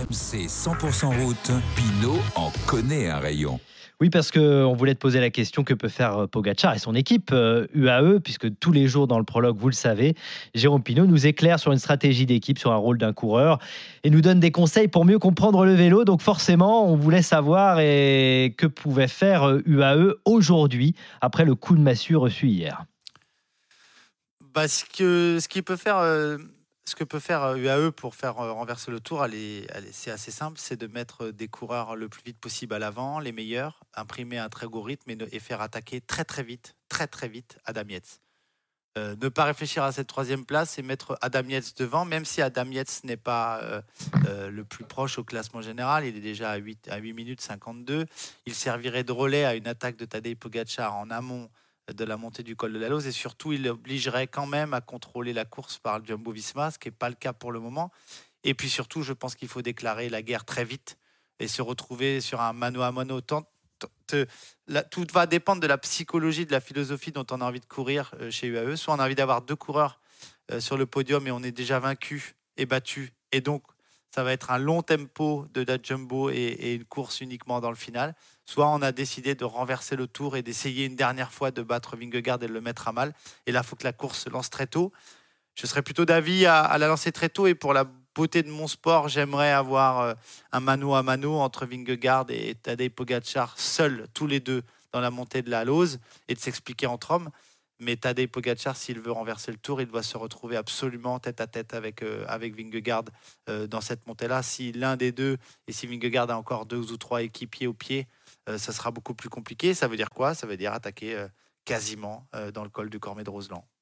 RMC 100% route, Pinot en connaît un rayon. Oui, parce qu'on voulait te poser la question, que peut faire Pogacar et son équipe UAE, puisque tous les jours dans le prologue, vous le savez, Jérôme Pinot nous éclaire sur une stratégie d'équipe, sur un rôle d'un coureur, et nous donne des conseils pour mieux comprendre le vélo. Donc forcément, on voulait savoir que pouvait faire UAE aujourd'hui, après le coup de massue reçu hier. Ce que peut faire UAE pour faire renverser le tour, c'est assez simple, c'est de mettre des coureurs le plus vite possible à l'avant, les meilleurs, imprimer un très gros rythme et faire attaquer très très vite Adam Yates. Ne pas réfléchir à cette troisième place et mettre Adam Yates devant, même si Adam Yates n'est pas le plus proche au classement général, il est déjà à 8 minutes 52. Il servirait de relais à une attaque de Tadej Pogacar en amont de la montée du col de la Lose, et surtout il obligerait quand même à contrôler la course par le Jumbo-Visma, ce qui n'est pas le cas pour le moment. Et puis surtout, je pense qu'il faut déclarer la guerre très vite et se retrouver sur un mano à mano. Tout va dépendre de la psychologie, de la philosophie dont on a envie de courir chez UAE. Soit on a envie d'avoir deux coureurs sur le podium et on est déjà vaincu et battu, et donc ça va être un long tempo de la Jumbo et une course uniquement dans le final. Soit on a décidé de renverser le tour et d'essayer une dernière fois de battre Vingegaard et de le mettre à mal. Et là, il faut que la course se lance très tôt. Je serais plutôt d'avis à la lancer très tôt. Et pour la beauté de mon sport, j'aimerais avoir un mano à mano entre Vingegaard et Tadej Pogacar, seuls, tous les deux, dans la montée de la Lose, et de s'expliquer entre hommes. Mais Tadej Pogacar, s'il veut renverser le tour, il doit se retrouver absolument tête à tête avec Vingegaard dans cette montée-là. Si l'un des deux, et si Vingegaard a encore 2 ou 3 équipiers au pied, ça sera beaucoup plus compliqué. Ça veut dire quoi ? Ça veut dire attaquer quasiment dans le col du Cormet de Roseland.